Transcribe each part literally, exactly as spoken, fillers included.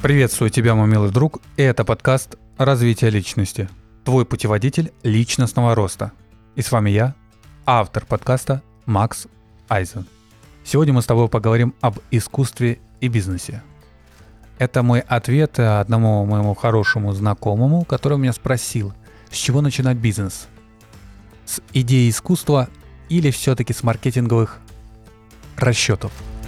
Приветствую тебя, мой милый друг, и это подкаст «Развитие личности», твой путеводитель личностного роста. И с вами я, автор подкаста Макс Айзен. Сегодня мы с тобой поговорим об искусстве и бизнесе. Это мой ответ одному моему хорошему знакомому, который меня спросил, с чего начинать бизнес? С идеи искусства или все-таки с маркетинговых расчетов?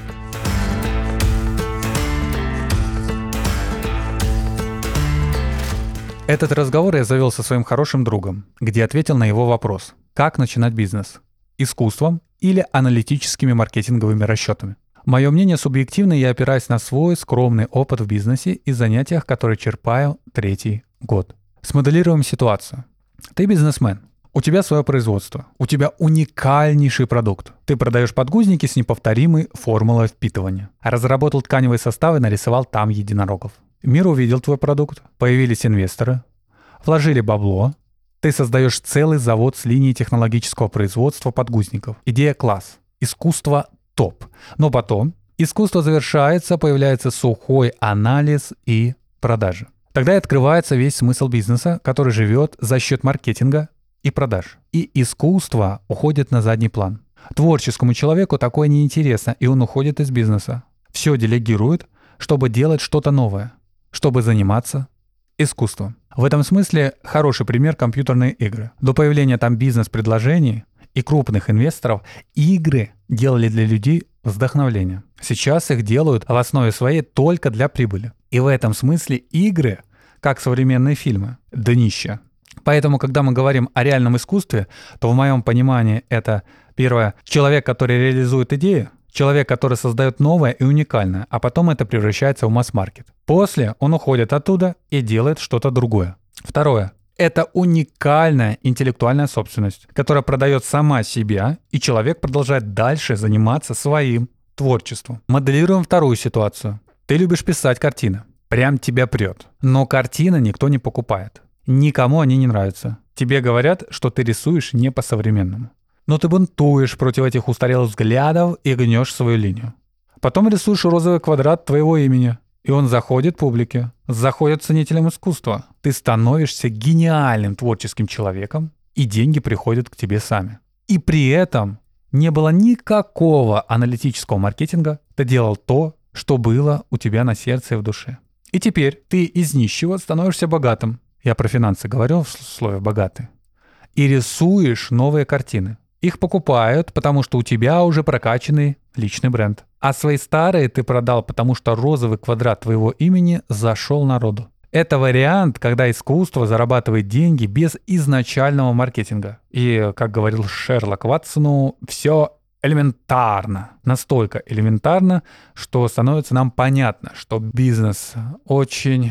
Этот разговор я завел со своим хорошим другом, где ответил на его вопрос, как начинать бизнес – искусством или аналитическими маркетинговыми расчетами. Мое мнение субъективно, я опираюсь на свой скромный опыт в бизнесе и занятиях, которые черпаю третий год. Смоделируем ситуацию. Ты бизнесмен, у тебя свое производство, у тебя уникальнейший продукт. Ты продаешь подгузники с неповторимой формулой впитывания. Разработал тканевые составы, нарисовал там единорогов. Мир увидел твой продукт, появились инвесторы, вложили бабло, ты создаешь целый завод с линией технологического производства подгузников. Идея класс, искусство топ. Но потом искусство завершается, появляется сухой анализ и продажи. Тогда и открывается весь смысл бизнеса, который живет за счет маркетинга и продаж. И искусство уходит на задний план. Творческому человеку такое неинтересно, и он уходит из бизнеса. Все делегирует, чтобы делать что-то новое, чтобы заниматься искусством. В этом смысле хороший пример компьютерные игры. До появления там бизнес-предложений и крупных инвесторов игры делали для людей вдохновление. Сейчас их делают в основе своей только для прибыли. И в этом смысле игры, как современные фильмы, днище. Поэтому, когда мы говорим о реальном искусстве, то в моем понимании это, первое, человек, который реализует идею, человек, который создает новое и уникальное, а потом это превращается в масс-маркет. После он уходит оттуда и делает что-то другое. Второе. Это уникальная интеллектуальная собственность, которая продает сама себя, и человек продолжает дальше заниматься своим творчеством. Моделируем вторую ситуацию. Ты любишь писать картины. Прям тебя прет. Но картины никто не покупает. Никому они не нравятся. Тебе говорят, что ты рисуешь не по-современному. Но ты бунтуешь против этих устарелых взглядов и гнешь свою линию. Потом рисуешь розовый квадрат твоего имени, и он заходит публике, заходит ценителям искусства. Ты становишься гениальным творческим человеком, и деньги приходят к тебе сами. И при этом не было никакого аналитического маркетинга, ты делал то, что было у тебя на сердце и в душе. И теперь ты из нищего становишься богатым. Я про финансы говорил в слове «богатый». И рисуешь новые картины. Их покупают, потому что у тебя уже прокачанный личный бренд. А свои старые ты продал, потому что розовый квадрат твоего имени зашел народу. Это вариант, когда искусство зарабатывает деньги без изначального маркетинга. И, как говорил Шерлок Ватсону, все элементарно. Настолько элементарно, что становится нам понятно, что бизнес очень...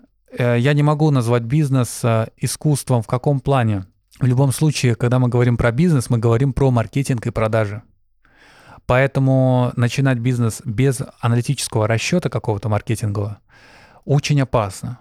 Я не могу назвать бизнес искусством в каком плане. В любом случае, когда мы говорим про бизнес, мы говорим про маркетинг и продажи. Поэтому начинать бизнес без аналитического расчета какого-то маркетингового очень опасно.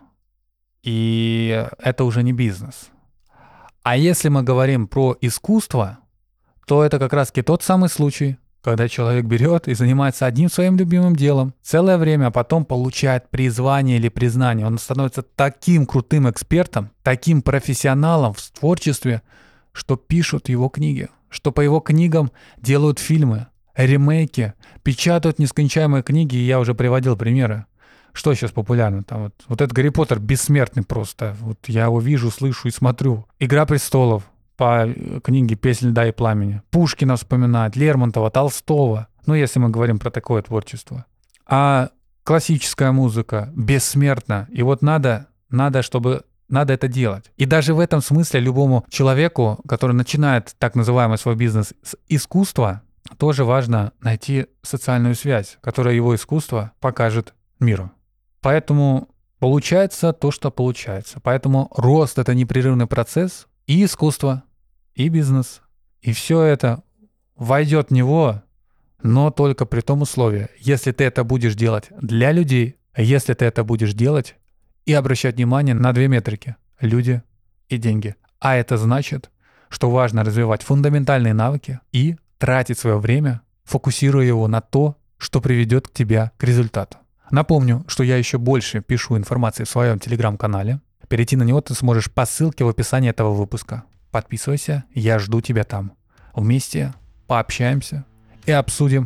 И это уже не бизнес. А если мы говорим про искусство, то это как раз-таки тот самый случай, когда человек берет и занимается одним своим любимым делом целое время, а потом получает призвание или признание. Он становится таким крутым экспертом, таким профессионалом в творчестве, что пишут его книги, что по его книгам делают фильмы, ремейки, печатают нескончаемые книги, и я уже приводил примеры. Что сейчас популярно? Там вот, вот этот Гарри Поттер бессмертный просто. Вот я его вижу, слышу и смотрю. «Игра престолов» по книге «Песнь льда и пламени». Пушкина вспоминать, Лермонтова, Толстого. Ну, если мы говорим про такое творчество. А классическая музыка бессмертна. И вот надо, надо, чтобы... Надо это делать. И даже в этом смысле любому человеку, который начинает так называемый свой бизнес с искусства, тоже важно найти социальную связь, которая его искусство покажет миру. Поэтому получается то, что получается. Поэтому рост — это непрерывный процесс, и искусство, и бизнес. И все это войдет в него, но только при том условии, если ты это будешь делать для людей, если ты это будешь делать и обращать внимание на две метрики – люди и деньги. А это значит, что важно развивать фундаментальные навыки и тратить свое время, фокусируя его на то, что приведет к тебе к результату. Напомню, что я еще больше пишу информации в своем телеграм-канале. Перейти на него ты сможешь по ссылке в описании этого выпуска. Подписывайся, я жду тебя там. Вместе пообщаемся и обсудим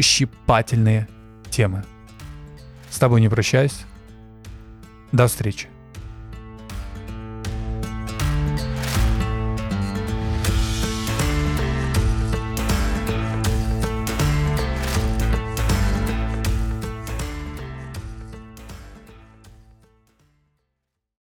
душещипательные темы. С тобой не прощаюсь. До встречи.